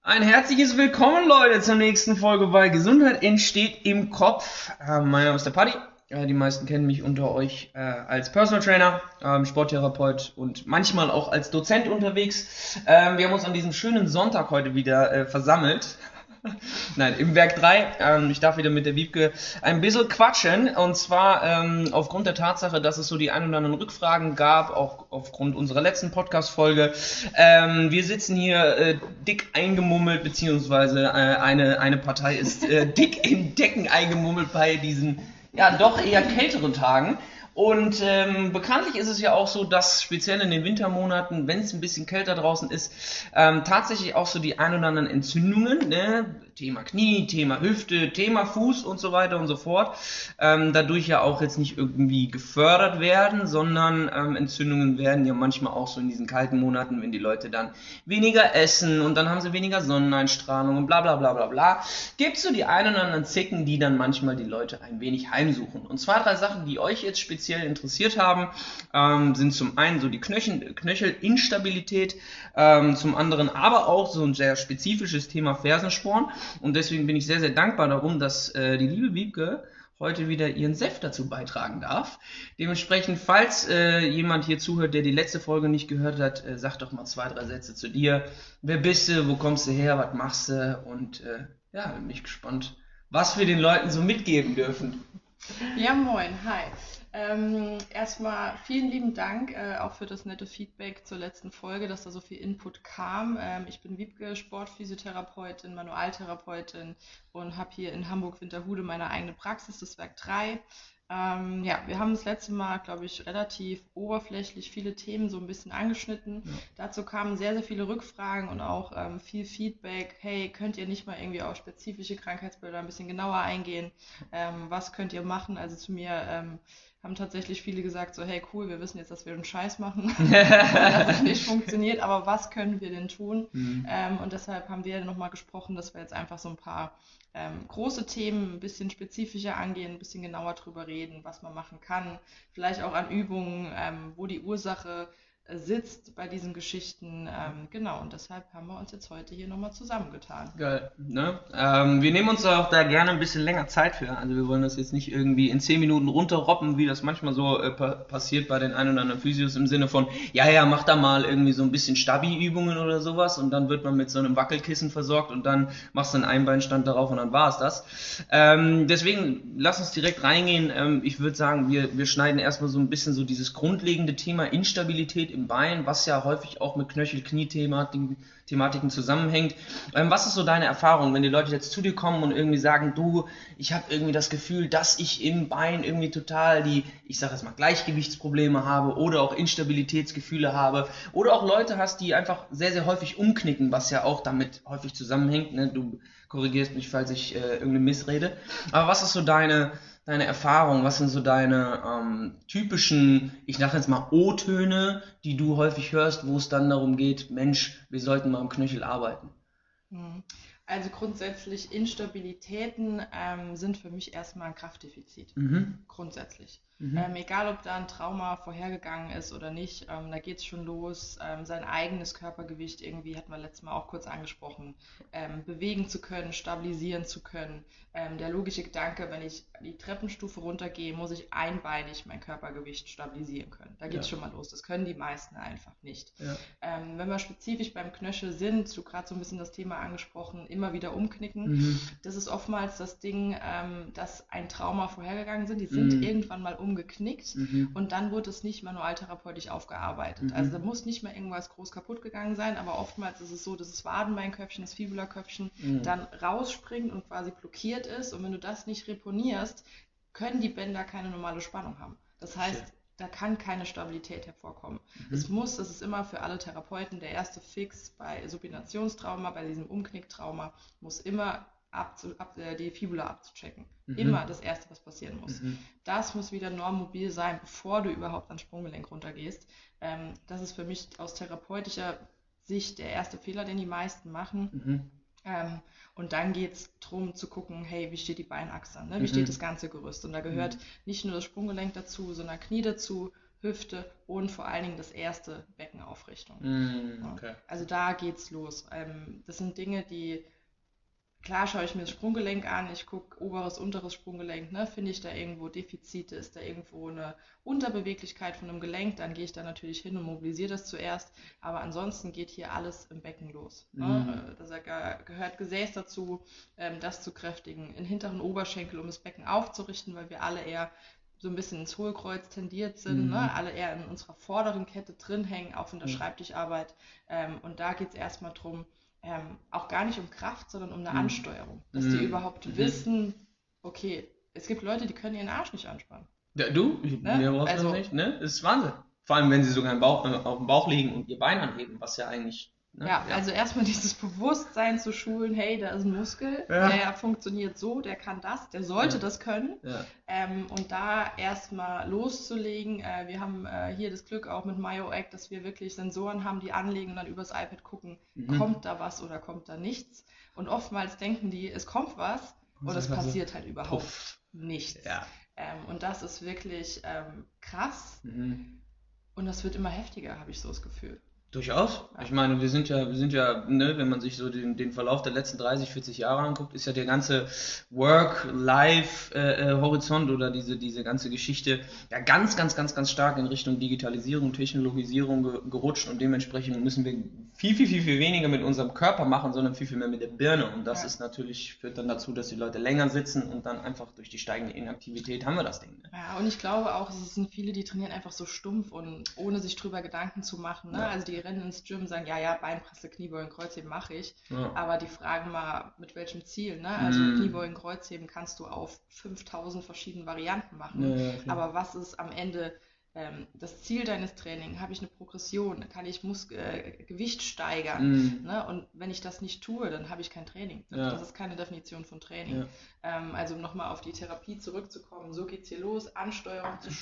Ein herzliches Willkommen, Leute, zur nächsten Folge bei Gesundheit entsteht im Kopf. Mein Name ist der Paddy. Die meisten kennen mich unter euch als Personal Trainer, Sporttherapeut und manchmal auch als Dozent unterwegs. Wir haben uns an diesem schönen Sonntag heute wieder versammelt. Nein, im Werk 3. Ich darf wieder mit der Wiebke ein bisschen quatschen. Und zwar aufgrund der Tatsache, dass es so die ein oder anderen Rückfragen gab, auch aufgrund unserer letzten Podcast-Folge. Wir sitzen hier dick eingemummelt, beziehungsweise eine Partei ist dick in Decken eingemummelt bei diesen ja doch eher kälteren Tagen. Und bekanntlich ist es ja auch so, dass speziell in den Wintermonaten, wenn es ein bisschen kälter draußen ist, tatsächlich auch so die ein oder anderen Entzündungen, ne? Thema Knie, Thema Hüfte, Thema Fuß und so weiter und so fort, dadurch ja auch jetzt nicht irgendwie gefördert werden, sondern Entzündungen werden ja manchmal auch so in diesen kalten Monaten, wenn die Leute dann weniger essen und dann haben sie weniger Sonneneinstrahlung und bla bla bla bla bla, gibt es so die ein oder anderen Zicken, die dann manchmal die Leute ein wenig heimsuchen. Und zwei, drei Sachen, die euch jetzt speziell interessiert haben, sind zum einen so die Knöchelinstabilität, zum anderen aber auch so ein sehr spezifisches Thema Fersensporn. Und deswegen bin ich sehr, sehr dankbar darum, dass die liebe Wiebke heute wieder ihren Senf dazu beitragen darf. Dementsprechend, falls jemand hier zuhört, der die letzte Folge nicht gehört hat, sag doch mal zwei, drei Sätze zu dir. Wer bist du, wo kommst du her, was machst du? Und ja, bin ich gespannt, was wir den Leuten so mitgeben dürfen. Ja, moin, hi. Erstmal vielen lieben Dank auch für das nette Feedback zur letzten Folge, dass da so viel Input kam. Ich bin Wiebke, Sportphysiotherapeutin, Manualtherapeutin und habe hier in Hamburg-Winterhude meine eigene Praxis, das Werk 3. Ja, wir haben das letzte Mal, glaube ich, relativ oberflächlich viele Themen so ein bisschen angeschnitten. Ja. Dazu kamen sehr, sehr viele Rückfragen und auch viel Feedback. Hey, könnt ihr nicht mal irgendwie auf spezifische Krankheitsbilder ein bisschen genauer eingehen? Was könnt ihr machen? Also zu mir haben tatsächlich viele gesagt, so hey cool, wir wissen jetzt, dass wir einen Scheiß machen, dass es nicht funktioniert, aber was können wir denn tun? Und deshalb haben wir nochmal gesprochen, dass wir jetzt einfach so ein paar große Themen ein bisschen spezifischer angehen, ein bisschen genauer drüber reden, was man machen kann, vielleicht auch an Übungen, wo die Ursache sitzt bei diesen Geschichten. Genau, und deshalb haben wir uns jetzt heute hier nochmal zusammengetan. Geil, ne? Wir nehmen uns auch da gerne ein bisschen länger Zeit für. Also wir wollen das jetzt nicht irgendwie in 10 Minuten runterroppen, wie das manchmal so passiert bei den ein oder anderen Physios im Sinne von, ja, mach da mal irgendwie so ein bisschen Stabi-Übungen oder sowas und dann wird man mit so einem Wackelkissen versorgt und dann machst du einen Einbeinstand darauf und dann war es das. Deswegen lass uns direkt reingehen. Ich würde sagen, wir schneiden erstmal so ein bisschen so dieses grundlegende Thema Instabilität im Bein, was ja häufig auch mit Knöchel-Knie-Thematiken zusammenhängt. Was ist so deine Erfahrung, wenn die Leute jetzt zu dir kommen und irgendwie sagen, du, ich habe irgendwie das Gefühl, dass ich im Bein irgendwie total ich sage jetzt mal, Gleichgewichtsprobleme habe oder auch Instabilitätsgefühle habe oder auch Leute hast, die einfach sehr, sehr häufig umknicken, was ja auch damit häufig zusammenhängt, ne? Du korrigierst mich, falls ich irgendeine Missrede. Aber was ist so deine Erfahrung, was sind so deine typischen, ich sage jetzt mal O-Töne, die du häufig hörst, wo es dann darum geht, Mensch, wir sollten mal am Knöchel arbeiten? Also grundsätzlich Instabilitäten sind für mich erstmal ein Kraftdefizit. Grundsätzlich. Egal, ob da ein Trauma vorhergegangen ist oder nicht, da geht es schon los, sein eigenes Körpergewicht irgendwie, hatten wir letztes Mal auch kurz angesprochen, bewegen zu können, stabilisieren zu können. Der logische Gedanke, wenn ich die Treppenstufe runtergehe, muss ich einbeinig mein Körpergewicht stabilisieren können. Da geht es schon mal los. Das können die meisten einfach nicht. Ja. Wenn wir spezifisch beim Knöchel sind, du gerade so ein bisschen das Thema angesprochen, immer wieder umknicken. Das ist oftmals das Ding, dass ein Trauma vorhergegangen sind. Die sind irgendwann mal umgeknickt und dann wurde es nicht manualtherapeutisch aufgearbeitet. Also da muss nicht mal irgendwas groß kaputt gegangen sein, aber oftmals ist es so, dass das Wadenbeinköpfchen, das Fibulaköpfchen dann rausspringt und quasi blockiert ist und wenn du das nicht reponierst, können die Bänder keine normale Spannung haben. Das heißt, da kann keine Stabilität hervorkommen. Das ist immer für alle Therapeuten der erste Fix bei Supinationstrauma, bei diesem Umknicktrauma, muss immer die Fibula abzuchecken. Immer das Erste, was passieren muss. Das muss wieder normmobil sein, bevor du überhaupt ans Sprunggelenk runtergehst. Das ist für mich aus therapeutischer Sicht der erste Fehler, den die meisten machen. Und dann geht es darum zu gucken, hey, wie steht die Beinachse, ne? Wie steht das ganze Gerüst? Und da gehört nicht nur das Sprunggelenk dazu, sondern Knie dazu, Hüfte und vor allen Dingen das erste Beckenaufrichtung. Okay. Also da geht's los. Das sind Dinge, die, klar schaue ich mir das Sprunggelenk an, ich gucke oberes, unteres Sprunggelenk, ne? Finde ich da irgendwo Defizite, ist da irgendwo eine Unterbeweglichkeit von einem Gelenk, dann gehe ich da natürlich hin und mobilisiere das zuerst, aber ansonsten geht hier alles im Becken los. Ne? Da gehört Gesäß dazu, das zu kräftigen, den hinteren Oberschenkel, um das Becken aufzurichten, weil wir alle eher so ein bisschen ins Hohlkreuz tendiert sind, ne? Alle eher in unserer vorderen Kette drin hängen, auch in der Schreibtischarbeit. Und da geht es erstmal darum, auch gar nicht um Kraft, sondern um eine Ansteuerung. Dass die überhaupt wissen, okay, es gibt Leute, die können ihren Arsch nicht anspannen. Ja, du? Ne? Mir brauchst du nicht, ne? Das ist Wahnsinn. Vor allem, wenn sie sogar auf dem Bauch liegen und ihr Bein anheben, was ja eigentlich... Ne? Ja, also erstmal dieses Bewusstsein zu schulen, hey, da ist ein Muskel, der funktioniert so, der kann das, der sollte das können. Und da erstmal loszulegen. Wir haben hier das Glück auch mit MyoAct, dass wir wirklich Sensoren haben, die anlegen und dann übers iPad gucken, kommt da was oder kommt da nichts. Und oftmals denken die, es kommt was und es passiert halt überhaupt nichts. Ja. Und das ist wirklich krass. Und das wird immer heftiger, habe ich so das Gefühl. Durchaus. Ich meine, wir sind ja, ne, wenn man sich so den Verlauf der letzten 30, 40 Jahre anguckt, ist ja der ganze Work-Life-Horizont oder diese ganze Geschichte ja ganz stark in Richtung Digitalisierung, Technologisierung gerutscht und dementsprechend müssen wir viel weniger mit unserem Körper machen, sondern viel mehr mit der Birne und das ist natürlich, führt dann dazu, dass die Leute länger sitzen und dann einfach durch die steigende Inaktivität haben wir das Ding. Ne? Ja, und ich glaube auch, es sind viele, die trainieren einfach so stumpf und ohne sich drüber Gedanken zu machen, ne? Also die rennen ins Gym und sagen, ja, Beinpresse, Kniebeugen, Kreuzheben mache ich. Aber die fragen mal, mit welchem Ziel, ne? Also Kniebeugen, Kreuzheben kannst du auf 5000 verschiedene Varianten machen. Aber was ist am Ende das Ziel deines Trainings? Habe ich eine Progression? Kann ich Gewicht steigern? Ne? Und wenn ich das nicht tue, dann habe ich kein Training. Das ist keine Definition von Training. Also um nochmal auf die Therapie zurückzukommen, so geht es hier los, Ansteuerung zu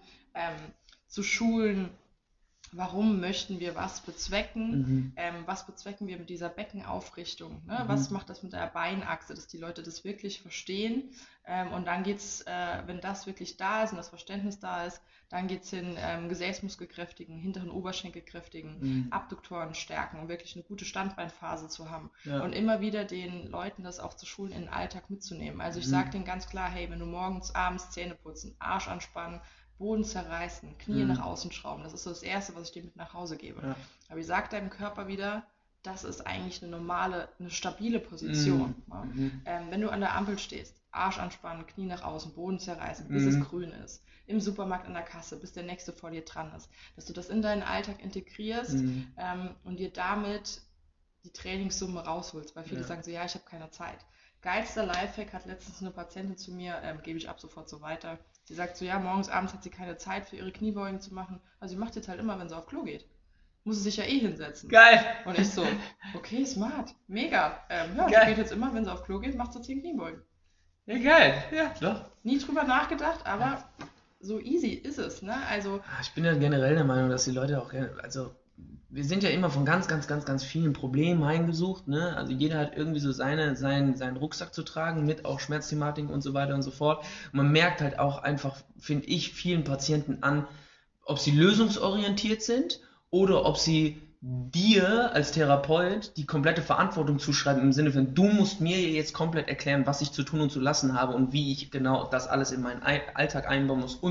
schulen, warum möchten wir was bezwecken? Was bezwecken wir mit dieser Beckenaufrichtung? Ne? Was macht das mit der Beinachse, dass die Leute das wirklich verstehen? Und dann geht es, wenn das wirklich da ist und das Verständnis da ist, dann geht es hin, Gesäßmuskel kräftigen, hinteren Oberschenkel kräftigen, Abduktoren stärken, um wirklich eine gute Standbeinphase zu haben. Und immer wieder den Leuten das auch zu schulen, in den Alltag mitzunehmen. Also ich sage denen ganz klar, hey, wenn du morgens, abends Zähne putzen, Arsch anspannen, Boden zerreißen, Knie nach außen schrauben. Das ist so das Erste, was ich dir mit nach Hause gebe. Aber ich sage deinem Körper wieder, das ist eigentlich eine stabile Position. Wenn du an der Ampel stehst, Arsch anspannen, Knie nach außen, Boden zerreißen, bis es grün ist. Im Supermarkt an der Kasse, bis der Nächste vor dir dran ist. Dass du das in deinen Alltag integrierst und dir damit die Trainingssumme rausholst. Weil viele sagen so, ja, ich habe keine Zeit. Geilster Lifehack hat letztens eine Patientin zu mir, gebe ich ab sofort so weiter. Sie sagt so, ja, morgens, abends hat sie keine Zeit für ihre Kniebeugen zu machen. Also sie macht jetzt halt immer, wenn sie auf Klo geht. Muss sie sich ja hinsetzen. Geil! Und ich so, okay, smart, mega. Sie geht jetzt immer, wenn sie auf Klo geht, macht sie 10 Kniebeugen. Ja, geil. Ja, doch. Nie drüber nachgedacht, aber so easy ist es, ne? Also ich bin ja generell der Meinung, dass die Leute auch gerne, also wir sind ja immer von ganz vielen Problemen heimgesucht, ne? Also jeder hat irgendwie so seinen Rucksack zu tragen, mit auch Schmerzthematiken und so weiter und so fort. Und man merkt halt auch einfach, finde ich, vielen Patienten an, ob sie lösungsorientiert sind oder ob sie dir als Therapeut die komplette Verantwortung zuschreiben, im Sinne von, du musst mir jetzt komplett erklären, was ich zu tun und zu lassen habe und wie ich genau das alles in meinen Alltag einbauen muss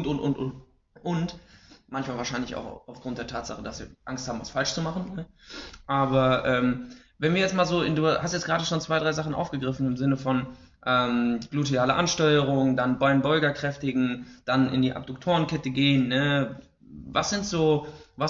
und manchmal wahrscheinlich auch aufgrund der Tatsache, dass wir Angst haben, was falsch zu machen. Ne? Aber wenn wir jetzt mal so, du hast jetzt gerade schon 2, 3 Sachen aufgegriffen im Sinne von gluteale Ansteuerung, dann Beinbeuger kräftigen, dann in die Abduktorenkette gehen. Ne? Was sind so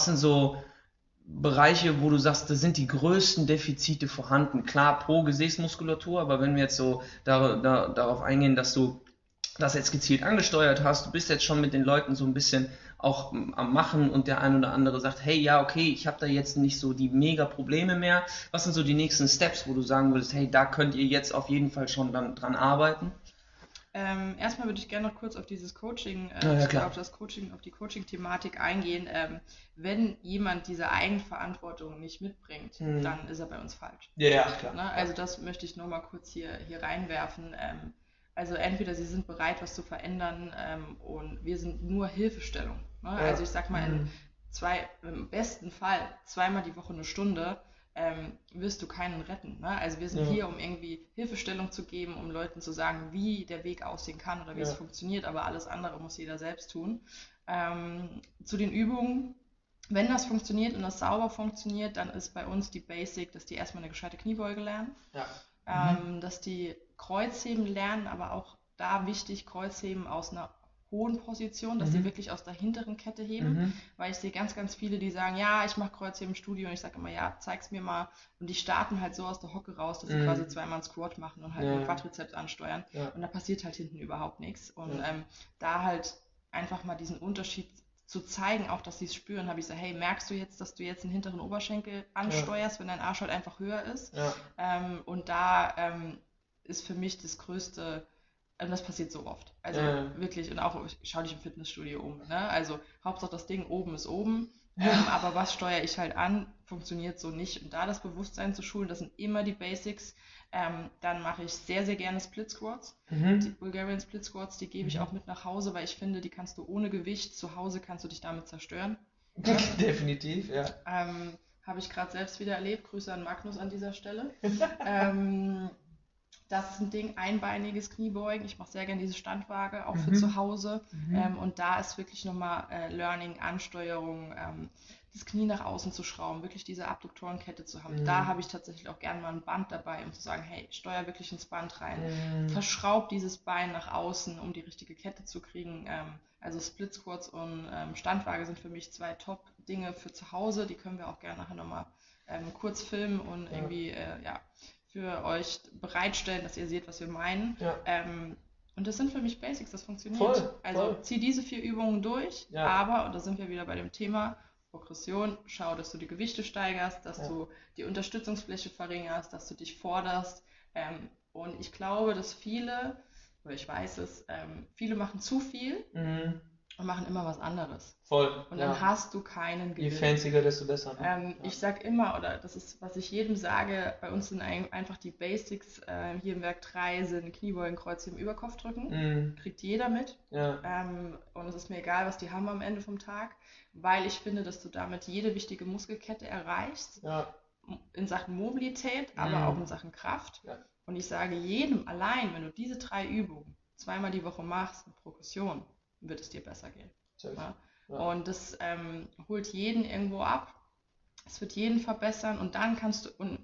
Bereiche, wo du sagst, da sind die größten Defizite vorhanden? Klar, pro Gesäßmuskulatur, aber wenn wir jetzt so darauf eingehen, dass du das jetzt gezielt angesteuert hast, du bist jetzt schon mit den Leuten so ein bisschen auch am Machen und der ein oder andere sagt, hey, ja, okay, ich habe da jetzt nicht so die mega Probleme mehr. Was sind so die nächsten Steps, wo du sagen würdest, hey, da könnt ihr jetzt auf jeden Fall schon dann dran arbeiten? Erstmal würde ich gerne noch kurz auf dieses Coaching, auf die Coaching-Thematik eingehen. Wenn jemand diese Eigenverantwortung nicht mitbringt, dann ist er bei uns falsch. Ja, klar. Ne? Also das möchte ich nur mal kurz hier reinwerfen. Also entweder sie sind bereit, was zu verändern und wir sind nur Hilfestellung. Ne? Also ich sag mal, im besten Fall 2-mal die Woche eine Stunde, wirst du keinen retten. Ne? Also wir sind hier, um irgendwie Hilfestellung zu geben, um Leuten zu sagen, wie der Weg aussehen kann oder wie es funktioniert, aber alles andere muss jeder selbst tun. Zu den Übungen, wenn das funktioniert und das sauber funktioniert, dann ist bei uns die Basic, dass die erstmal eine gescheite Kniebeuge lernen, dass die Kreuzheben lernen, aber auch da wichtig, Kreuzheben aus einer hohen Position, dass die wirklich aus der hinteren Kette heben, weil ich sehe ganz, ganz viele, die sagen, ja, ich mache Kreuzheben im Studio und ich sage immer, ja, zeig's mir mal, und die starten halt so aus der Hocke raus, dass sie quasi 2-mal einen Squat machen und halt den Quadrizeps ansteuern und da passiert halt hinten überhaupt nichts und da halt einfach mal diesen Unterschied zu zeigen, auch dass sie es spüren, habe ich gesagt, hey, merkst du jetzt, dass du jetzt den hinteren Oberschenkel ansteuerst, wenn dein Arsch halt einfach höher ist? Und da ist für mich das größte, und das passiert so oft. Also wirklich, und auch, schau dich im Fitnessstudio um. Ne? Also Hauptsache das Ding oben ist oben, aber was steuere ich halt an, funktioniert so nicht. Und da das Bewusstsein zu schulen, das sind immer die Basics. Dann mache ich sehr, sehr gerne Split Squats. Die Bulgarian Split Squats, die gebe ich auch mit nach Hause, weil ich finde, die kannst du ohne Gewicht, zu Hause kannst du dich damit zerstören. Definitiv, ja. Habe ich gerade selbst wieder erlebt. Grüße an Magnus an dieser Stelle. Das ist ein Ding, einbeiniges Kniebeugen. Ich mache sehr gerne diese Standwaage, auch für zu Hause. Und da ist wirklich nochmal Learning, Ansteuerung, das Knie nach außen zu schrauben, wirklich diese Abduktorenkette zu haben. Da habe ich tatsächlich auch gerne mal ein Band dabei, um zu sagen, hey, steuer wirklich ins Band rein. Verschraub dieses Bein nach außen, um die richtige Kette zu kriegen. Also Split Squats und Standwaage sind für mich 2 Top-Dinge für zu Hause. Die können wir auch gerne nachher nochmal kurz filmen und irgendwie, für euch bereitstellen, dass ihr seht, was wir meinen. Und das sind für mich Basics, das funktioniert. Also zieh diese 4 Übungen durch, aber, und da sind wir wieder bei dem Thema Progression, schau, dass du die Gewichte steigerst, dass du die Unterstützungsfläche verringerst, dass du dich forderst. Und ich glaube, dass viele, oder ich weiß es, viele machen zu viel und machen immer was anderes. Und dann hast du keinen Gewinn. Je fancier, desto besser. Ne? Ich sage immer, oder das ist, was ich jedem sage, bei uns sind einfach die Basics, hier im Werk 3 sind Kniebeugen, Kreuzheben, Überkopfdrücken. Kriegt jeder mit. Und es ist mir egal, was die haben am Ende vom Tag, weil ich finde, dass du damit jede wichtige Muskelkette erreichst, in Sachen Mobilität, aber auch in Sachen Kraft. Und ich sage jedem, allein, wenn du diese 3 Übungen 2-mal die Woche machst mit Progression, wird es dir besser gehen. Und das holt jeden irgendwo ab, es wird jeden verbessern und dann kannst du, und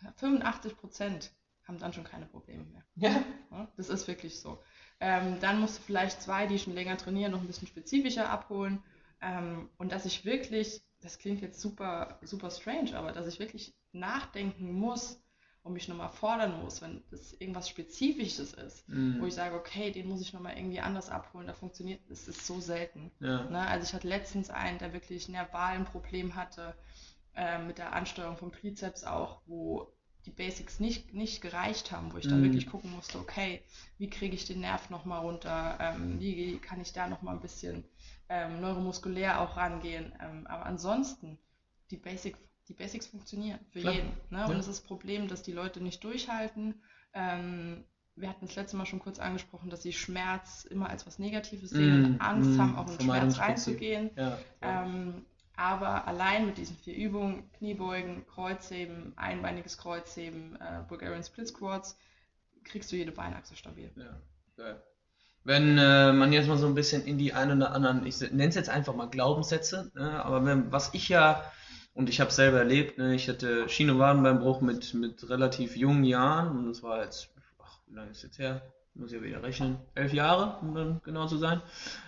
85% haben dann schon keine Probleme mehr. Das ist wirklich so. Dann musst du vielleicht 2, die schon länger trainieren, noch ein bisschen spezifischer abholen und dass ich wirklich, das klingt jetzt super, super strange, aber dass ich wirklich nachdenken muss und mich nochmal fordern muss, wenn das irgendwas Spezifisches ist, wo ich sage, okay, den muss ich nochmal irgendwie anders abholen, da funktioniert, das ist so selten. Ne? Also ich hatte letztens einen, der wirklich nerval ein Problem hatte, mit der Ansteuerung vom Trizeps auch, wo die Basics nicht gereicht haben, wo ich dann wirklich gucken musste, okay, wie kriege ich den Nerv nochmal runter, wie kann ich da nochmal ein bisschen neuromuskulär auch rangehen, aber ansonsten, die Basics funktionieren für jeden. Ne? Und es ist das Problem, dass die Leute nicht durchhalten. Wir hatten das letzte Mal schon kurz angesprochen, dass sie Schmerz immer als was Negatives sehen und Angst haben, auch in Schmerz reinzugehen. Aber allein mit diesen 4 Übungen, Kniebeugen, Kreuzheben, einbeiniges Kreuzheben, Bulgarian Split Squats, kriegst du jede Beinachse stabil. Geil. Wenn man jetzt mal so ein bisschen in die ein oder anderen, ich nenne es jetzt einfach mal Glaubenssätze, ne? Aber was ich ja, und ich habe es selber erlebt, ne? Ich hatte Schienenwadenbeinbruch mit relativ jungen Jahren und das war jetzt, wie lange ist jetzt her? Muss ich ja wieder rechnen, 11 Jahre, um dann genau zu sein.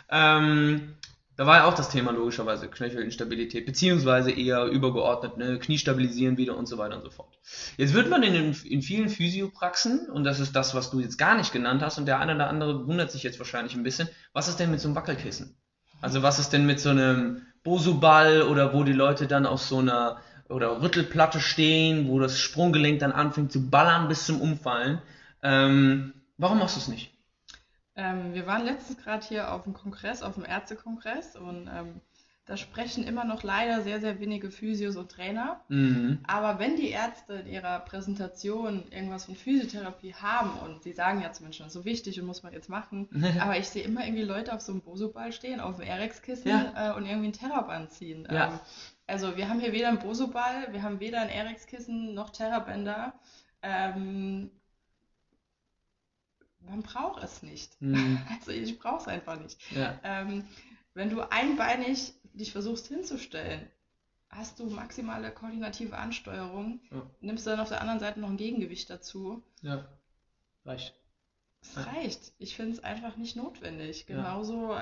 Da war ja auch das Thema logischerweise Knöchelinstabilität, beziehungsweise eher übergeordnet, ne, Knie stabilisieren wieder und so weiter und so fort. Jetzt wird man in vielen Physiopraxen, und das ist das, was du jetzt gar nicht genannt hast, und der eine oder andere wundert sich jetzt wahrscheinlich ein bisschen, was ist denn mit so einem Wackelkissen? Also was ist denn mit so einem Bosu-Ball oder wo die Leute dann auf so einer oder Rüttelplatte stehen, wo das Sprunggelenk dann anfängt zu ballern bis zum Umfallen. Warum machst du es nicht? Wir waren letztens gerade hier auf dem Kongress, auf dem Ärztekongress und da sprechen immer noch leider sehr, sehr wenige Physios und Trainer. Aber wenn die Ärzte in ihrer Präsentation irgendwas von Physiotherapie haben und sie sagen ja zumindest schon, das ist so wichtig und muss man jetzt machen, aber ich sehe immer irgendwie Leute auf so einem Bosu-Ball stehen, auf dem Aerex-Kissen und irgendwie ein Theraband ziehen. Ja. Also wir haben hier weder einen Bosu-Ball, wir haben weder ein Aerex-Kissen noch Therabänder. Man braucht es nicht. Also ich brauche es einfach nicht. Ja. Wenn du einbeinig dich versuchst hinzustellen, hast du maximale koordinative Ansteuerung, nimmst du dann auf der anderen Seite noch ein Gegengewicht dazu. Ja, reicht. Es reicht. Ich finde es einfach nicht notwendig. Genauso,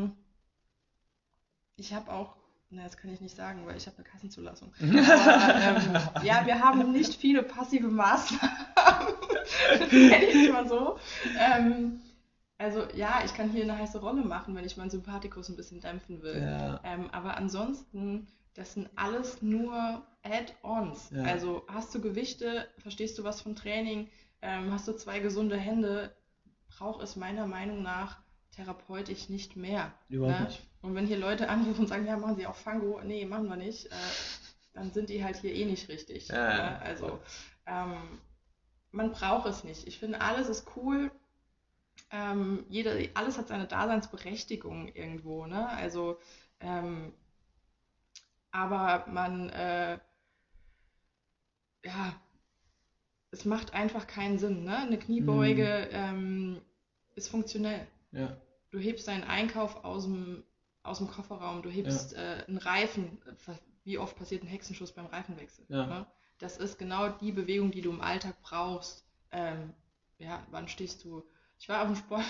ich habe auch, das kann ich nicht sagen, weil ich habe eine Kassenzulassung. Aber, wir haben nicht viele passive Maßnahmen. Nenne ich es mal so. Also ja, ich kann hier eine heiße Rolle machen, wenn ich meinen Sympathikus ein bisschen dämpfen will. Ja. Aber ansonsten, das sind alles nur Add-ons. Ja. Also hast du Gewichte, verstehst du was vom Training, hast du 2 gesunde Hände, braucht es meiner Meinung nach therapeutisch nicht mehr. Überhaupt nicht. Und wenn hier Leute anrufen und sagen, ja, machen Sie auch Fango, nee, machen wir nicht, dann sind die halt hier eh nicht richtig. Ja. Also man braucht es nicht. Ich finde, alles ist cool. Alles hat seine Daseinsberechtigung irgendwo, ne? Also, aber man, es macht einfach keinen Sinn, ne? Eine Kniebeuge ist funktionell. Ja. Du hebst deinen Einkauf aus dem Kofferraum, du hebst einen Reifen. Wie oft passiert ein Hexenschuss beim Reifenwechsel? Ja. Ne? Das ist genau die Bewegung, die du im Alltag brauchst. Wann stehst du? Ich war auf einem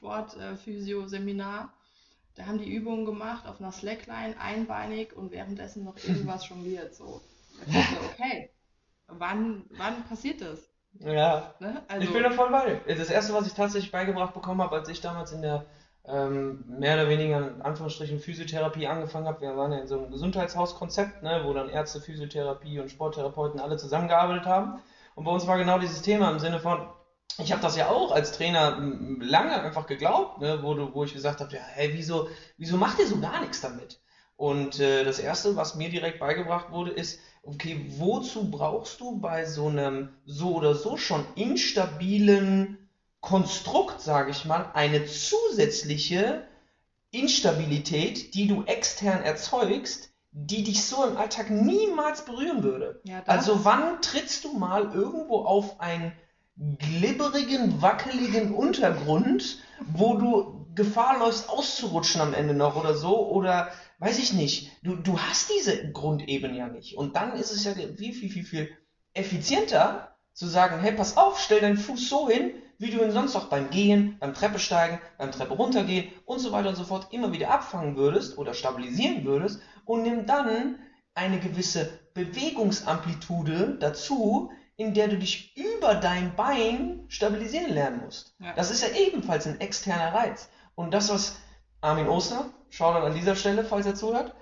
Sportphysio-Seminar, da haben die Übungen gemacht auf einer Slackline, einbeinig und währenddessen noch irgendwas jongliert. So. Da dachte ich, okay, wann passiert das? Ja, ne? Also, ich bin da voll bei dir. Das erste, was ich tatsächlich beigebracht bekommen habe, als ich damals in der mehr oder weniger in Anführungsstrichen Physiotherapie angefangen habe, wir waren ja in so einem Gesundheitshauskonzept, ne, wo dann Ärzte, Physiotherapie und Sporttherapeuten alle zusammengearbeitet haben. Und bei uns war genau dieses Thema im Sinne von, ich habe das ja auch als Trainer lange einfach geglaubt, ne, wo ich gesagt habe, ja, hey, wieso macht ihr so gar nichts damit? Und das Erste, was mir direkt beigebracht wurde, ist, okay, wozu brauchst du bei so einem so oder so schon instabilen Konstrukt, sage ich mal, eine zusätzliche Instabilität, die du extern erzeugst, die dich so im Alltag niemals berühren würde. Ja, also wann trittst du mal irgendwo auf einen glibberigen, wackeligen Untergrund, wo du Gefahr läufst auszurutschen am Ende noch oder so, oder weiß ich nicht, du hast diese Grundebene ja nicht. Und dann ist es ja viel effizienter zu sagen, hey, pass auf, stell deinen Fuß so hin, wie du ihn sonst auch beim Gehen, beim Treppesteigen, beim Treppe runtergehen und so weiter und so fort immer wieder abfangen würdest oder stabilisieren würdest und nimm dann eine gewisse Bewegungsamplitude dazu, in der du dich über dein Bein stabilisieren lernen musst. Ja. Das ist ja ebenfalls ein externer Reiz. Und das, was Armin Oster, Shoutout an dieser Stelle, falls er zuhört,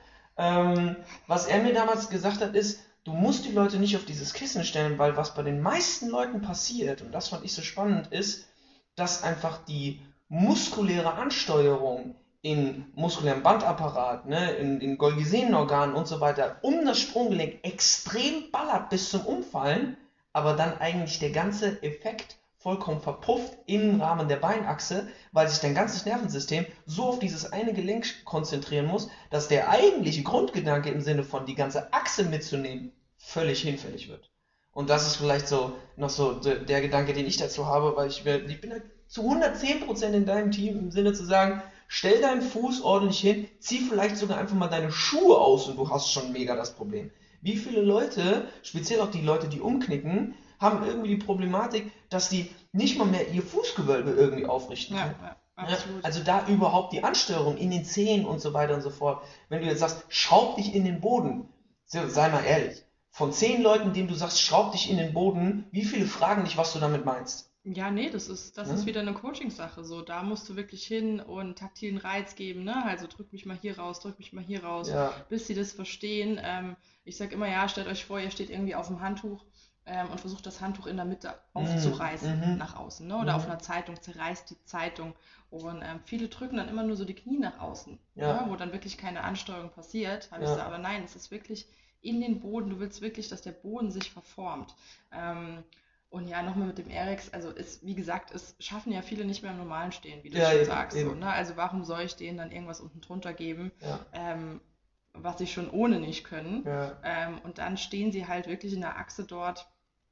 was er mir damals gesagt hat, ist, du musst die Leute nicht auf dieses Kissen stellen, weil was bei den meisten Leuten passiert, und das fand ich so spannend, ist, dass einfach die muskuläre Ansteuerung im muskulären Bandapparat, ne, in Golgi-Sehnenorganen und so weiter, um das Sprunggelenk extrem ballert bis zum Umfallen, aber dann eigentlich der ganze Effekt vollkommen verpufft im Rahmen der Beinachse, weil sich dein ganzes Nervensystem so auf dieses eine Gelenk konzentrieren muss, dass der eigentliche Grundgedanke im Sinne von die ganze Achse mitzunehmen völlig hinfällig wird. Und das ist vielleicht so noch so der Gedanke, den ich dazu habe, weil ich bin halt zu 110% in deinem Team im Sinne zu sagen, stell deinen Fuß ordentlich hin, zieh vielleicht sogar einfach mal deine Schuhe aus und du hast schon mega das Problem. Wie viele Leute, speziell auch die Leute, die umknicken, haben irgendwie die Problematik, dass die nicht mal mehr ihr Fußgewölbe irgendwie aufrichten können. Ja, absolut. Also da überhaupt die Ansteuerung in den Zehen und so weiter und so fort. Wenn du jetzt sagst, schraub dich in den Boden, sei mal ehrlich, von 10 Leuten, denen du sagst, schraub dich in den Boden, wie viele fragen dich, was du damit meinst? Ja, nee, das ist wieder eine Coaching-Sache. So, da musst du wirklich hin und taktilen Reiz geben, ne? Also drück mich mal hier raus, bis sie das verstehen. Ich sag immer, ja, stellt euch vor, ihr steht irgendwie auf dem Handtuch und versucht das Handtuch in der Mitte aufzureißen nach außen, ne? Oder auf einer Zeitung, zerreißt die Zeitung und viele drücken dann immer nur so die Knie nach außen, ne? Wo dann wirklich keine Ansteuerung passiert. Habe ich gesagt, aber nein, es ist wirklich in den Boden, du willst wirklich, dass der Boden sich verformt. Und ja, nochmal mit dem Aerex, also wie gesagt, es schaffen ja viele nicht mehr im normalen Stehen, wie du schon sagst. So, ne? Also warum soll ich denen dann irgendwas unten drunter geben, was sie schon ohne nicht können? Und dann stehen sie halt wirklich in der Achse dort.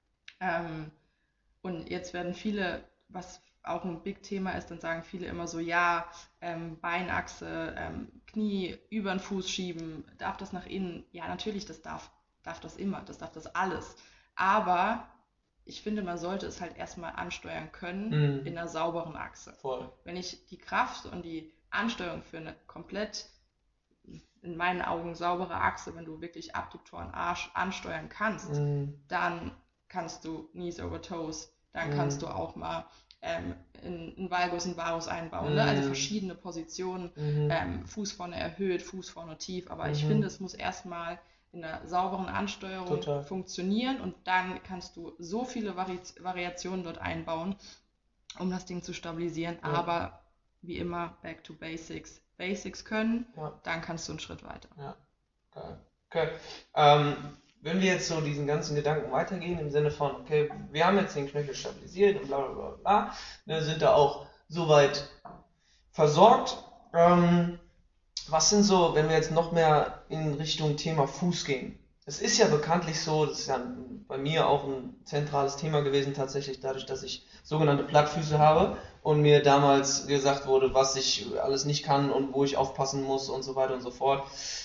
Und jetzt werden viele, was auch ein Big-Thema ist, dann sagen viele immer so, ja, Beinachse, Knie über den Fuß schieben, darf das nach innen? Ja, natürlich, das darf das immer, das darf das alles. Aber ich finde, man sollte es halt erstmal ansteuern können in einer sauberen Achse. Voll. Wenn ich die Kraft und die Ansteuerung für eine komplett, in meinen Augen, saubere Achse, wenn du wirklich Abduktoren ansteuern kannst, dann kannst du Knees over Toes, dann kannst du auch mal in Valgus und Varus einbauen, ne? Also verschiedene Positionen, Fuß vorne erhöht, Fuß vorne tief, aber ich finde, es muss erstmal in einer sauberen Ansteuerung funktionieren und dann kannst du so viele Variationen dort einbauen, um das Ding zu stabilisieren, aber wie immer, back to basics. Basics können, dann kannst du einen Schritt weiter. Ja, geil. Okay. Wenn wir jetzt so diesen ganzen Gedanken weitergehen, im Sinne von, okay, wir haben jetzt den Knöchel stabilisiert und bla bla bla bla, ne, sind da auch soweit versorgt. Was sind so, wenn wir jetzt noch mehr in Richtung Thema Fuß gehen? Es ist ja bekanntlich so, das ist ja bei mir auch ein zentrales Thema gewesen, tatsächlich dadurch, dass ich sogenannte Plattfüße habe und mir damals gesagt wurde, was ich alles nicht kann und wo ich aufpassen muss und so weiter und so fort.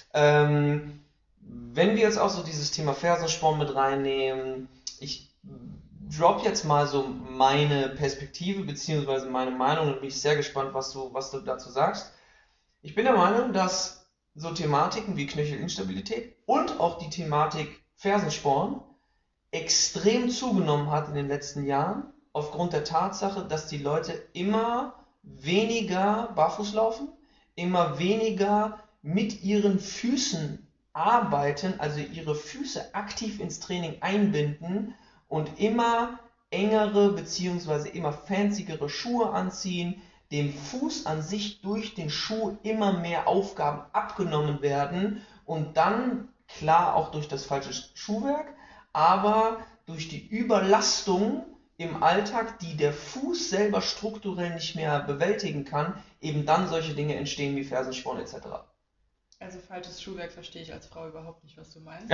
Wenn wir jetzt auch so dieses Thema Fersensporn mit reinnehmen, ich drop jetzt mal so meine Perspektive bzw. meine Meinung und bin ich sehr gespannt, was du dazu sagst. Ich bin der Meinung, dass so Thematiken wie Knöchelinstabilität und auch die Thematik Fersensporn extrem zugenommen hat in den letzten Jahren, aufgrund der Tatsache, dass die Leute immer weniger barfuß laufen, immer weniger mit ihren Füßen arbeiten, also ihre Füße aktiv ins Training einbinden und immer engere bzw. immer fancyere Schuhe anziehen, dem Fuß an sich durch den Schuh immer mehr Aufgaben abgenommen werden und dann, klar auch durch das falsche Schuhwerk, aber durch die Überlastung im Alltag, die der Fuß selber strukturell nicht mehr bewältigen kann, eben dann solche Dinge entstehen wie Fersensporn etc. Also falsches Schuhwerk verstehe ich als Frau überhaupt nicht, was du meinst.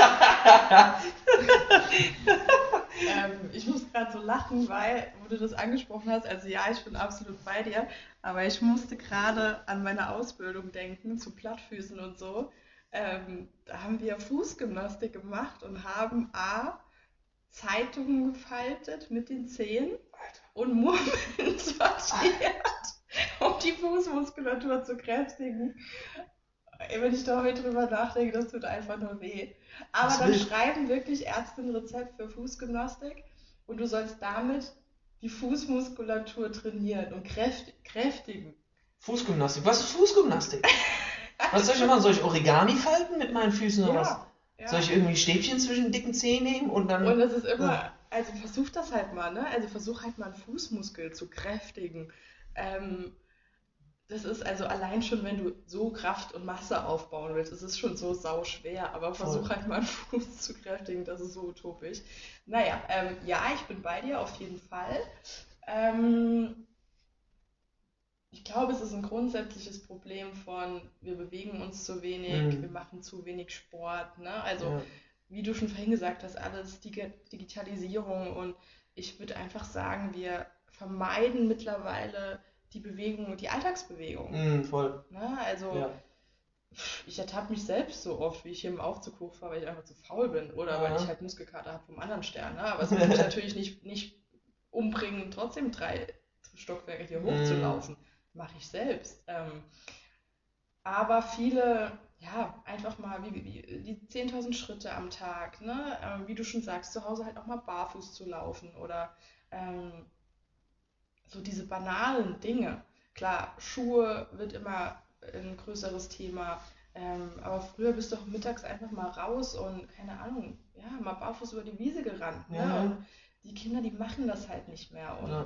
Ich muss gerade so lachen, weil, wo du das angesprochen hast, also ja, ich bin absolut bei dir, aber ich musste gerade an meine Ausbildung denken, zu Plattfüßen und so. Da haben wir Fußgymnastik gemacht und haben Zeitungen gefaltet mit den Zehen und Murmeln sortiert, um die Fußmuskulatur zu kräftigen. Wenn ich da heute drüber nachdenke, das tut einfach nur weh. Aber dann schreiben wirklich Ärzte ein Rezept für Fußgymnastik und du sollst damit die Fußmuskulatur trainieren und kräftigen. Fußgymnastik? Was ist Fußgymnastik? Was soll ich machen? Soll ich Origami falten mit meinen Füßen oder was? Ja. Soll ich irgendwie Stäbchen zwischen dicken Zehen nehmen und dann... Und das ist immer, also versuch das halt mal, ne? Also versuch halt mal einen Fußmuskel zu kräftigen. Das ist also allein schon, wenn du so Kraft und Masse aufbauen willst, ist es schon so sau schwer, aber versuch halt mal einen Fuß zu kräftigen, das ist so utopisch. Naja, ja, ich bin bei dir auf jeden Fall. Ich glaube, es ist ein grundsätzliches Problem von, wir bewegen uns zu wenig, wir machen zu wenig Sport, ne? Also, wie du schon vorhin gesagt hast, alles Digitalisierung und ich würde einfach sagen, wir vermeiden mittlerweile die Bewegung, die Alltagsbewegung. Voll. Ne? Also, ich ertappe mich selbst so oft, wie ich hier im Aufzug hochfahre, weil ich einfach zu faul bin oder weil ich halt Muskelkater habe vom anderen Stern. Ne? Aber es wird mich natürlich nicht umbringen, trotzdem 3 Stockwerke hier hochzulaufen. Mache ich selbst. Aber viele, ja, einfach mal wie die 10.000 Schritte am Tag, ne? Wie du schon sagst, zu Hause halt auch mal barfuß zu laufen oder so diese banalen Dinge. Klar, Schuhe wird immer ein größeres Thema. Aber früher bist du auch mittags einfach mal raus und, keine Ahnung, ja, mal barfuß über die Wiese gerannt. Ne? Ja. Und die Kinder, die machen das halt nicht mehr. Und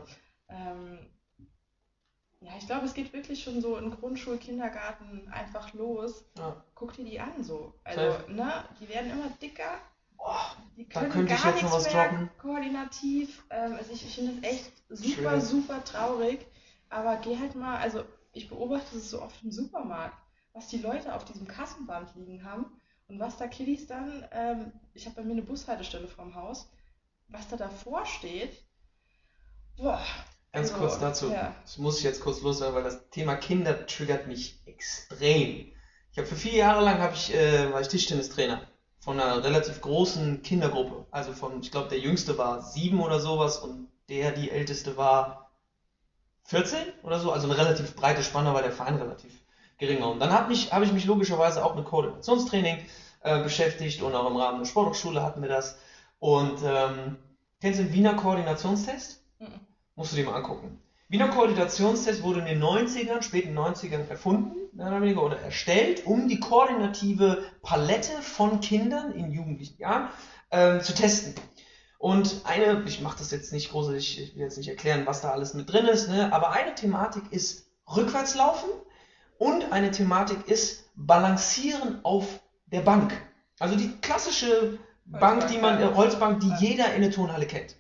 ja, ich glaube, es geht wirklich schon so in Grundschul-, Kindergarten einfach los. Ja. Guck dir die an so. Also, ne, die werden immer dicker. Die Da können könnte ich gar jetzt noch nichts was mehr droppen. koordinativ. Also ich finde das echt super, Schwierig. super traurig. Aber geh halt mal, also ich beobachte es so oft im Supermarkt, was die Leute auf diesem Kassenband liegen haben und was da Kiddies dann, ich habe bei mir eine Bushaltestelle vorm Haus, was da davor steht. Boah. Ganz also, kurz dazu, ja. das muss ich jetzt kurz loswerden, weil das Thema Kinder triggert mich extrem. Ich habe für 4 Jahre lang war ich Tischtennistrainer von einer relativ großen Kindergruppe. Also ich glaube, der Jüngste war 7 oder sowas und die Älteste war 14 oder so. Also eine relativ breite Spanne, weil der Verein relativ gering war. Und dann habe ich mich logischerweise auch mit Koordinationstraining beschäftigt und auch im Rahmen der Sporthochschule hatten wir das. Und kennst du den Wiener Koordinationstest? Mhm. Musst du dir mal angucken. Wiener Koordinationstest wurde in den 90ern, späten 90ern erfunden, oder erstellt, um die koordinative Palette von Kindern in jugendlichen Jahren zu testen. Und ich mache das jetzt nicht großartig, ich will jetzt nicht erklären, was da alles mit drin ist, ne? Aber eine Thematik ist Rückwärtslaufen und eine Thematik ist Balancieren auf der Bank. Also die klassische Holzbank, die jeder in der Turnhalle kennt.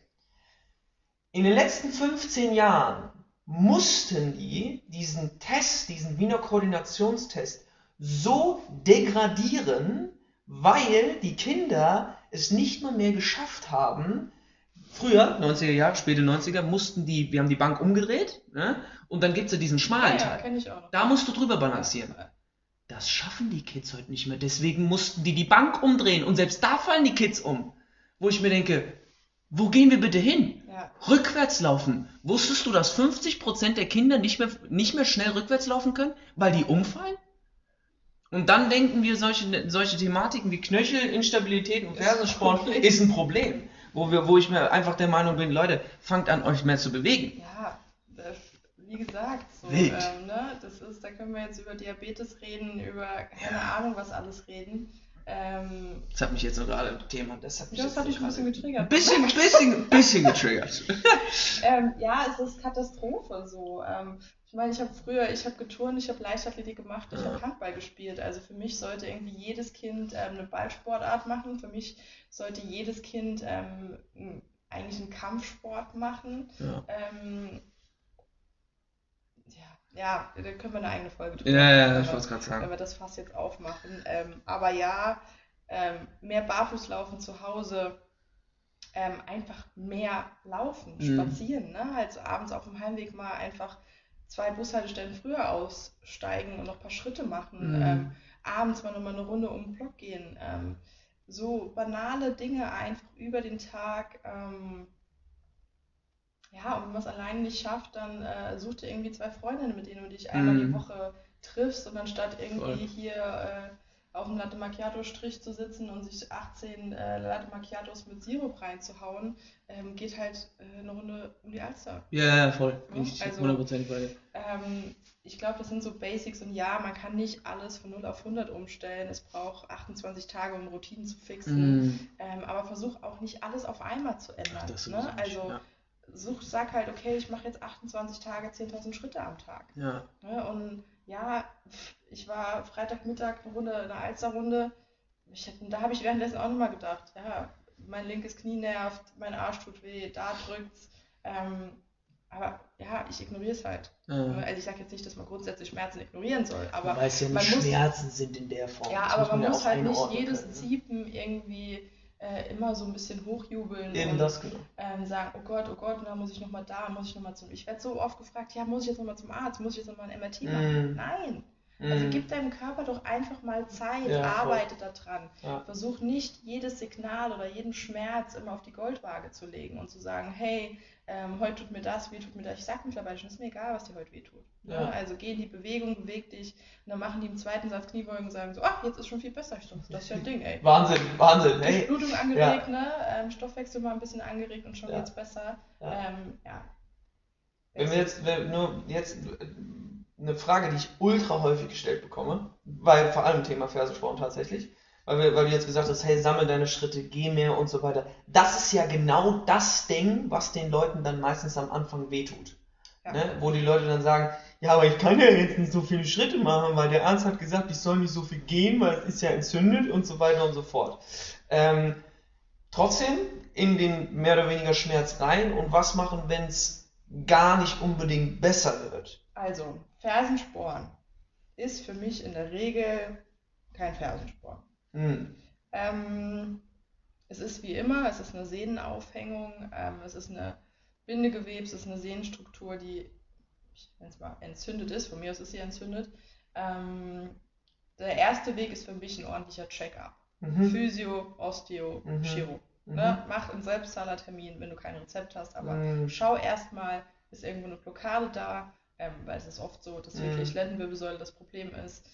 In den letzten 15 Jahren mussten die diesen Wiener Koordinationstest so degradieren, weil die Kinder es nicht mal mehr geschafft haben. Früher, 90er Jahre, späte 90er, wir haben die Bank umgedreht, ne? Und dann gibt es ja diesen schmalen Teil. Kenn ich auch noch. Da musst du drüber balancieren. Das schaffen die Kids heute nicht mehr. Deswegen mussten die Bank umdrehen und selbst da fallen die Kids um. Wo ich mir denke, wo gehen wir bitte hin? Ja. Rückwärts laufen. Wusstest du, dass 50% der Kinder nicht mehr schnell rückwärts laufen können, weil die umfallen? Und dann denken wir, solche Thematiken wie Knöchelinstabilität und Fersensport ist ein Problem. Wo ich mir einfach der Meinung bin, Leute, fangt an, euch mehr zu bewegen. Ja, wie gesagt, so, Wild. Ne, da können wir jetzt über Diabetes reden, über keine Ahnung was alles reden. Das hat mich jetzt noch gerade im Thema, das hat mich ein bisschen getriggert. Ein bisschen getriggert. Ja, es ist Katastrophe so. Ich meine, ich habe geturnt, ich habe Leichtathletik gemacht, ich habe Handball gespielt. Also für mich sollte irgendwie jedes Kind eine Ballsportart machen. Für mich sollte jedes Kind eigentlich einen Kampfsport machen. Ja, da können wir eine eigene Folge drüber machen. Ja, ich wollte es gerade sagen. Wenn wir das Fass jetzt aufmachen. Aber ja, mehr Barfußlaufen zu Hause, einfach mehr laufen, spazieren, ne? Halt so abends auf dem Heimweg mal einfach 2 Bushaltestellen früher aussteigen und noch ein paar Schritte machen, abends mal nochmal eine Runde um den Block gehen. So banale Dinge einfach über den Tag. Ja, und wenn man es alleine nicht schafft, dann such dir irgendwie 2 Freundinnen, mit denen du dich einmal die Woche triffst und anstatt irgendwie hier auf dem Latte Macchiato-Strich zu sitzen und sich 18 Latte Macchiatos mit Sirup reinzuhauen, geht halt eine Runde um die Alster. Ja, voll. Ja, Ich also, 100% bei dir. Ich glaube, das sind so Basics und ja, man kann nicht alles von 0 auf 100 umstellen. Es braucht 28 Tage, um Routinen zu fixen. Aber versuch auch nicht alles auf einmal zu ändern. Das ne? Also sag halt, okay, ich mache jetzt 28 Tage 10.000 Schritte am Tag. Ja. Ne? Und ja, ich war Freitagmittag eine Alsterrunde. Da habe ich währenddessen auch nochmal gedacht, ja, mein linkes Knie nervt, mein Arsch tut weh, da drückt's. Aber ja, ich ignoriere es halt. Also ich sage jetzt nicht, dass man grundsätzlich Schmerzen ignorieren soll, aber weil es ja nicht Schmerzen sind in der Form. Ja, aber man muss halt nicht jedes Ziepen irgendwie immer so ein bisschen hochjubeln und sagen, oh Gott, da muss ich nochmal zum... Ich werde so oft gefragt, ja, muss ich jetzt nochmal zum Arzt, muss ich jetzt nochmal ein MRT machen? Nein! Also gib deinem Körper doch einfach mal Zeit, arbeite daran. Ja. Versuch nicht jedes Signal oder jeden Schmerz immer auf die Goldwaage zu legen und zu sagen, hey, heute tut mir das, weh tut mir das. Ich sag mittlerweile schon, ist mir egal, was dir heute weh tut. Ja. Ne? Also geh in die Bewegung, beweg dich und dann machen die im zweiten Satz Kniebeugen und sagen so, ach, jetzt ist schon viel besser. Ich dachte, das ist ja ein Ding, ey. Wahnsinn, hey. Blutung angeregt, ne? Stoffwechsel mal ein bisschen angeregt und schon geht's besser. Ja. Wenn wir jetzt eine Frage, die ich ultra häufig gestellt bekomme, weil vor allem Thema Fersensporn tatsächlich, weil du jetzt gesagt hast, hey, sammel deine Schritte, geh mehr und so weiter. Das ist ja genau das Ding, was den Leuten dann meistens am Anfang wehtut. Ja. Ne? Wo die Leute dann sagen, ja, aber ich kann ja jetzt nicht so viele Schritte machen, weil der Arzt hat gesagt, ich soll nicht so viel gehen, weil es ist ja entzündet und so weiter und so fort. Trotzdem in den mehr oder weniger Schmerz rein und was machen, wenn es gar nicht unbedingt besser wird? Also, Fersensporn ist für mich in der Regel kein Fersensporn. Es ist wie immer, es ist eine Sehnenaufhängung, es ist eine Bindegewebe, es ist eine Sehnenstruktur, die, ich nenne es mal, entzündet ist. Von mir aus ist sie entzündet. Der erste Weg ist für mich ein ordentlicher Check-up. Physio, Osteo, Chiro. Ne? Mach einen Selbstzahlertermin, wenn du kein Rezept hast, aber schau erstmal, ist irgendwo eine Blockade da, weil es ist oft so, dass wirklich Lendenwirbelsäule das Problem ist,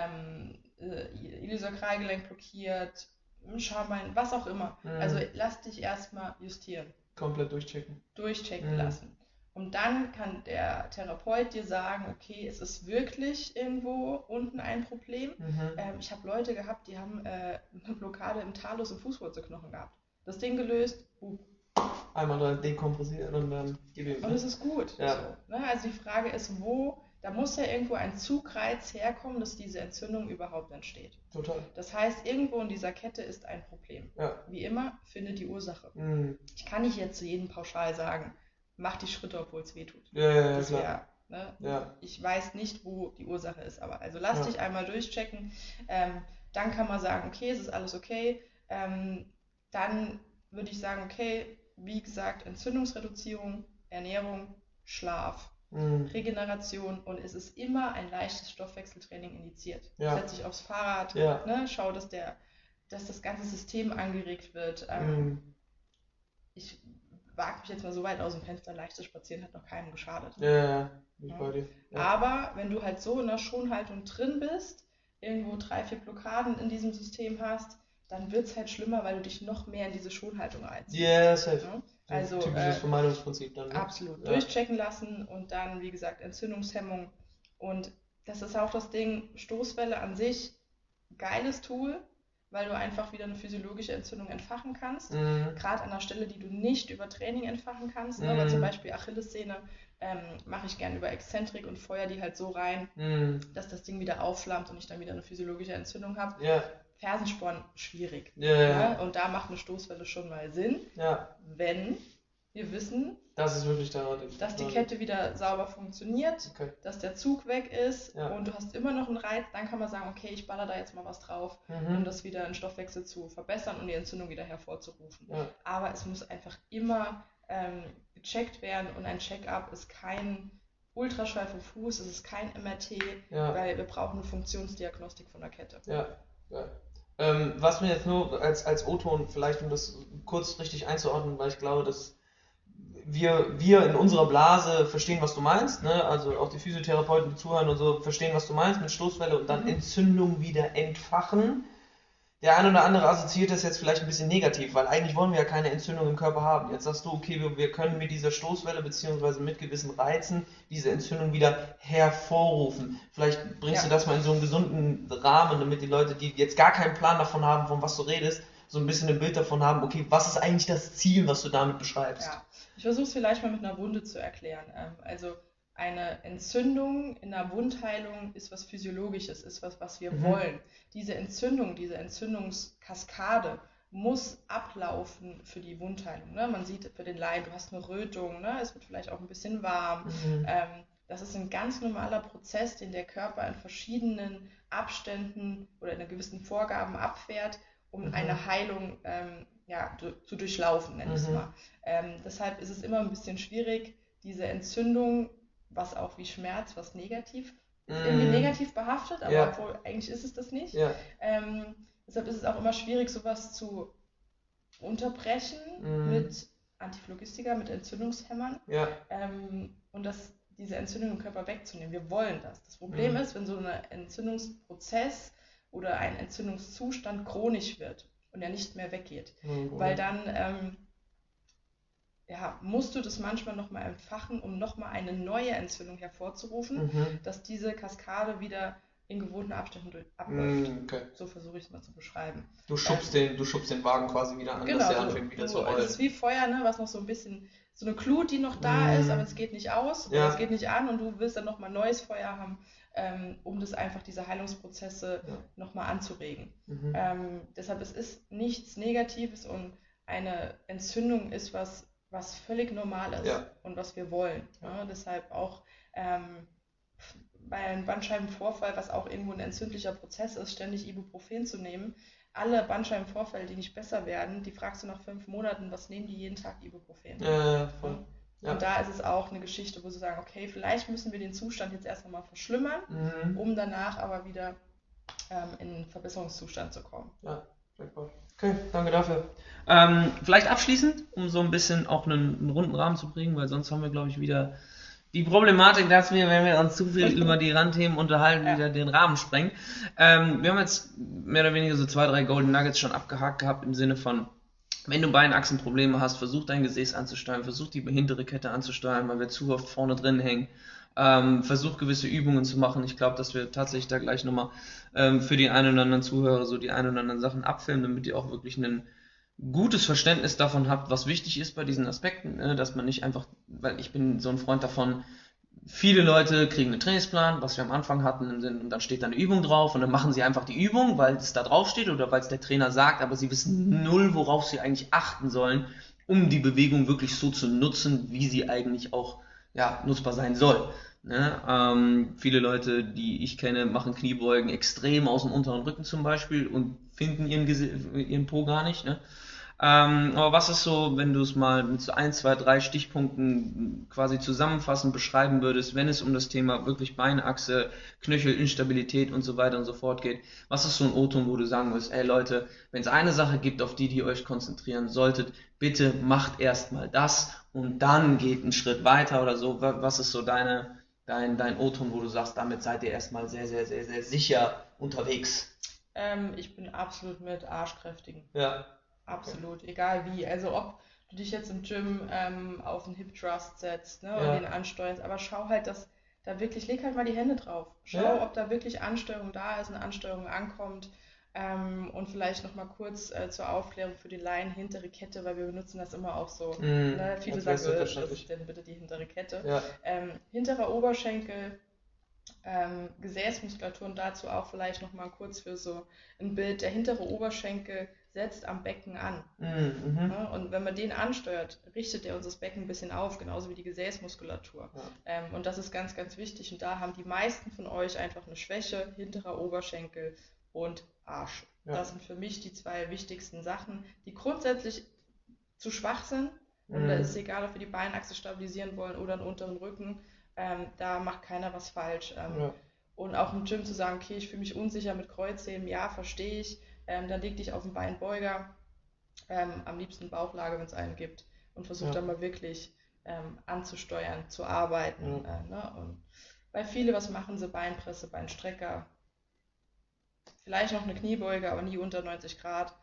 Iliosakralgelenk blockiert, Schambein, was auch immer. Also lass dich erstmal justieren. Komplett durchchecken. Durchchecken lassen. Und dann kann der Therapeut dir sagen, okay, es ist wirklich irgendwo unten ein Problem. Ich habe Leute gehabt, die haben eine Blockade im Talus im Fußwurzelknochen gehabt. Das Ding gelöst, einmal da dekompressieren und dann gib ihm. Und es ist gut. Ja. So, ne? Also die Frage ist, da muss ja irgendwo ein Zugreiz herkommen, dass diese Entzündung überhaupt entsteht. Total. Das heißt, irgendwo in dieser Kette ist ein Problem. Ja. Wie immer, finde die Ursache. Ich kann nicht jetzt zu jedem pauschal sagen, mach die Schritte, obwohl es weh tut. Ja, das klar. Ne? Ich weiß nicht, wo die Ursache ist, aber also lass dich einmal durchchecken. Dann kann man sagen, okay, es ist alles okay. Dann würde ich sagen, okay, wie gesagt, Entzündungsreduzierung, Ernährung, Schlaf, Regeneration und es ist immer ein leichtes Stoffwechseltraining indiziert. Setz dich aufs Fahrrad, ne, schau, dass das ganze System angeregt wird. Ich wage mich jetzt mal so weit aus dem Fenster, leichtes Spazieren hat noch keinem geschadet. Ich bei dir. Aber wenn du halt so in der Schonhaltung drin bist, irgendwo 3-4 Blockaden in diesem System hast, dann wird es halt schlimmer, weil du dich noch mehr in diese Schonhaltung reinziehst. Safe. Ja? Also, typisches Vermeidungsprinzip dann. Ne? Absolut. Durchchecken lassen und dann, wie gesagt, Entzündungshemmung. Und das ist auch das Ding, Stoßwelle an sich, geiles Tool, weil du einfach wieder eine physiologische Entzündung entfachen kannst. Gerade an der Stelle, die du nicht über Training entfachen kannst. Ne? Weil zum Beispiel Achillessehne mache ich gerne über Exzentrik und feuer die halt so rein, dass das Ding wieder aufflammt und ich dann wieder eine physiologische Entzündung habe. Fersensporn schwierig. Ne? Und da macht eine Stoßwelle schon mal Sinn, wenn wir wissen, das ist wirklich dass die Kette wieder sauber funktioniert, dass der Zug weg ist und du hast immer noch einen Reiz, dann kann man sagen, okay, ich baller da jetzt mal was drauf, um das wieder den Stoffwechsel zu verbessern und die Entzündung wieder hervorzurufen. Aber es muss einfach immer gecheckt werden und ein Check-up ist kein Ultraschall vom Fuß, es ist kein MRT, weil wir brauchen eine Funktionsdiagnostik von der Kette. Was mir jetzt nur als O-Ton vielleicht, um das kurz richtig einzuordnen, weil ich glaube, dass wir in unserer Blase verstehen, was du meinst, ne? Also auch die Physiotherapeuten, die zuhören und so, verstehen, was du meinst mit Stoßwelle und dann Entzündung wieder entfachen. Der eine oder andere assoziiert das jetzt vielleicht ein bisschen negativ, weil eigentlich wollen wir ja keine Entzündung im Körper haben. Jetzt sagst du, okay, wir können mit dieser Stoßwelle bzw. mit gewissen Reizen diese Entzündung wieder hervorrufen. Vielleicht bringst du das mal in so einen gesunden Rahmen, damit die Leute, die jetzt gar keinen Plan davon haben, von was du redest, so ein bisschen ein Bild davon haben, okay, was ist eigentlich das Ziel, was du damit beschreibst? Ich versuche es vielleicht mal mit einer Wunde zu erklären. Also eine Entzündung in der Wundheilung ist was Physiologisches, ist was wir wollen. Diese Entzündung, diese Entzündungskaskade muss ablaufen für die Wundheilung. Ne? Man sieht für den Laien, du hast eine Rötung, ne? Es wird vielleicht auch ein bisschen warm. Das ist ein ganz normaler Prozess, den der Körper in verschiedenen Abständen oder in gewissen Vorgaben abfährt, um eine Heilung zu durchlaufen, nenne ich es mal. Deshalb ist es immer ein bisschen schwierig, diese Entzündung, was auch wie Schmerz, was negativ, ist irgendwie negativ behaftet, aber obwohl eigentlich ist es das nicht. Deshalb ist es auch immer schwierig, sowas zu unterbrechen mit Antiphlogistika, mit Entzündungshämmern und diese Entzündung im Körper wegzunehmen. Wir wollen das. Das Problem ist, wenn so ein Entzündungsprozess oder ein Entzündungszustand chronisch wird und er nicht mehr weggeht, weil dann musst du das manchmal nochmal entfachen, um nochmal eine neue Entzündung hervorzurufen, dass diese Kaskade wieder in gewohnten Abständen abläuft. Okay. So versuche ich es mal zu beschreiben. Du schubst den Wagen quasi wieder an, genau, dass der anfängt wieder zu rollen. Es ist wie Feuer, ne, was noch so ein bisschen, so eine Glut, die noch da ist, aber es geht nicht aus, oder es geht nicht an und du willst dann nochmal neues Feuer haben, um das einfach, diese Heilungsprozesse nochmal anzuregen. Deshalb, es ist nichts Negatives und eine Entzündung ist was völlig Normales und was wir wollen. Ne? Deshalb auch bei einem Bandscheibenvorfall, was auch irgendwo ein entzündlicher Prozess ist, ständig Ibuprofen zu nehmen. Alle Bandscheibenvorfälle, die nicht besser werden, die fragst du nach 5 Monaten, was nehmen die jeden Tag Ibuprofen? Voll. Ja. Und da ist es auch eine Geschichte, wo sie sagen, okay, vielleicht müssen wir den Zustand jetzt erst einmal verschlimmern, um danach aber wieder in einen Verbesserungszustand zu kommen. Ja, sehr gut. Okay, danke dafür. Vielleicht abschließend, um so ein bisschen auch einen runden Rahmen zu bringen, weil sonst haben wir, glaube ich, wieder die Problematik, dass wir, wenn wir uns zu viel über die Randthemen unterhalten, wieder den Rahmen sprengen. Wir haben jetzt mehr oder weniger so 2, 3 Golden Nuggets schon abgehakt gehabt, im Sinne von, wenn du Beinachsenprobleme hast, versuch dein Gesäß anzusteuern, versuch die hintere Kette anzusteuern, weil wir zu oft vorne drin hängen. Versuch gewisse Übungen zu machen. Ich glaube, dass wir tatsächlich da gleich nochmal für die einen oder anderen Zuhörer so die einen oder anderen Sachen abfilmen, damit ihr auch wirklich ein gutes Verständnis davon habt, was wichtig ist bei diesen Aspekten, dass man nicht einfach, weil ich bin so ein Freund davon, viele Leute kriegen einen Trainingsplan, was wir am Anfang hatten, im Sinn, und dann steht da eine Übung drauf und dann machen sie einfach die Übung, weil es da drauf steht oder weil es der Trainer sagt, aber sie wissen null, worauf sie eigentlich achten sollen, um die Bewegung wirklich so zu nutzen, wie sie eigentlich auch nutzbar sein soll. Viele Leute, die ich kenne, machen Kniebeugen extrem aus dem unteren Rücken zum Beispiel und finden ihren Po gar nicht. Aber was ist so, wenn du es mal mit so 1, 2, 3 Stichpunkten quasi zusammenfassend beschreiben würdest, wenn es um das Thema wirklich Beinachse, Knöchel, Instabilität und so weiter und so fort geht? Was ist so ein O-Ton, wo du sagen musst, ey Leute, wenn es eine Sache gibt, auf die ihr euch konzentrieren solltet, bitte macht erstmal das und dann geht einen Schritt weiter oder so. Was ist so dein O-Ton, wo du sagst, damit seid ihr erstmal sehr, sehr, sehr, sehr sicher unterwegs? Ich bin absolut mit Arschkräftigen. Ja. Absolut, egal wie. Also ob du dich jetzt im Gym auf einen Hip Thrust setzt und den ansteuerst, aber schau halt, dass da wirklich, leg halt mal die Hände drauf. Schau, ob da wirklich Ansteuerung da ist, eine Ansteuerung ankommt. Und vielleicht nochmal kurz zur Aufklärung für die Laien, hintere Kette, weil wir benutzen das immer auch so. Viele sagen, was ist denn bitte die hintere Kette? Ja. Hinterer Oberschenkel, Gesäßmuskulatur und dazu auch vielleicht nochmal kurz für so ein Bild. Der hintere Oberschenkel setzt am Becken an. Und wenn man den ansteuert, richtet er uns das Becken ein bisschen auf, genauso wie die Gesäßmuskulatur. Ja. Und das ist ganz, ganz wichtig. Und da haben die meisten von euch einfach eine Schwäche, hinterer Oberschenkel und Arsch. Ja. Das sind für mich die 2 wichtigsten Sachen, die grundsätzlich zu schwach sind. Und da ist es egal, ob wir die Beinachse stabilisieren wollen oder den unteren Rücken. Da macht keiner was falsch. Und auch im Gym zu sagen, okay, ich fühle mich unsicher mit Kreuzheben, ja, verstehe ich. Dann leg dich auf den Beinbeuger, am liebsten Bauchlage, wenn es einen gibt, und versuch dann mal wirklich anzusteuern, zu arbeiten. Und weil viele, was machen sie? Beinpresse, Beinstrecker, vielleicht noch eine Kniebeuge, aber nie unter 90 Grad.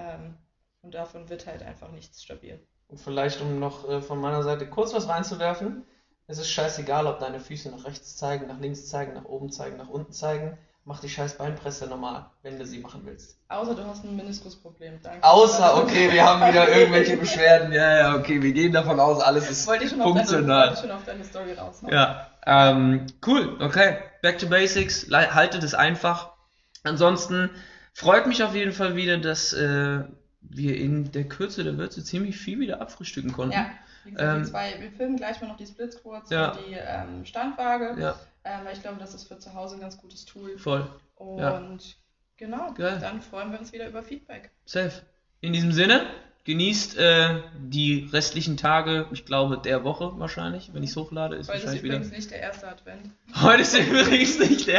Und davon wird halt einfach nichts stabil. Und vielleicht, um noch von meiner Seite kurz was reinzuwerfen, es ist scheißegal, ob deine Füße nach rechts zeigen, nach links zeigen, nach oben zeigen, nach unten zeigen. Mach die scheiß Beinpresse normal, wenn du sie machen willst. Außer du hast ein Meniskusproblem. Danke. Außer, okay, wir haben wieder irgendwelche Beschwerden. Ja, okay, wir gehen davon aus, alles ist funktional. Wollte ich schon auf deine Story raushauen. Ja, cool, okay. Back to Basics, haltet es einfach. Ansonsten freut mich auf jeden Fall wieder, dass wir in der Kürze der Würze ziemlich viel wieder abfrühstücken konnten. Ja, wie gesagt, wir filmen gleich mal noch die Splits kurz und die Standwaage. Ja. Weil ich glaube, das ist für zu Hause ein ganz gutes Tool. Voll. Und genau, dann freuen wir uns wieder über Feedback. Safe. In diesem Sinne, genießt die restlichen Tage, ich glaube der Woche wahrscheinlich, wenn ich es hochlade. Heute ist übrigens nicht der erste Advent. Heute ist übrigens nicht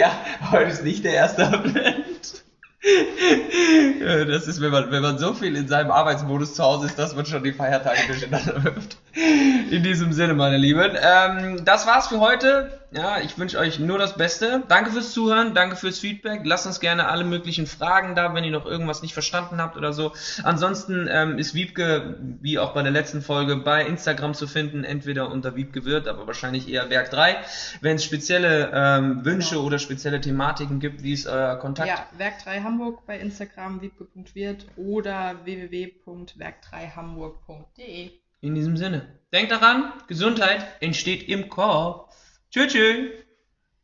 der erste Advent. Das ist, wenn man so viel in seinem Arbeitsmodus zu Hause ist, dass man schon die Feiertage durcheinander wirft. In diesem Sinne, meine Lieben. Das war's für heute. Ja, ich wünsche euch nur das Beste. Danke fürs Zuhören, danke fürs Feedback. Lasst uns gerne alle möglichen Fragen da, wenn ihr noch irgendwas nicht verstanden habt oder so. Ansonsten ist Wiebke, wie auch bei der letzten Folge, bei Instagram zu finden, entweder unter Wiebke Wirth, aber wahrscheinlich eher Werk 3. Wenn es spezielle Wünsche oder spezielle Thematiken gibt, wie ist euer Kontakt? Ja, Werk 3 Hamburg bei Instagram, wiebke.wirth oder www.werk3hamburg.de. In diesem Sinne, denkt daran, Gesundheit entsteht im Kopf. Tschüss.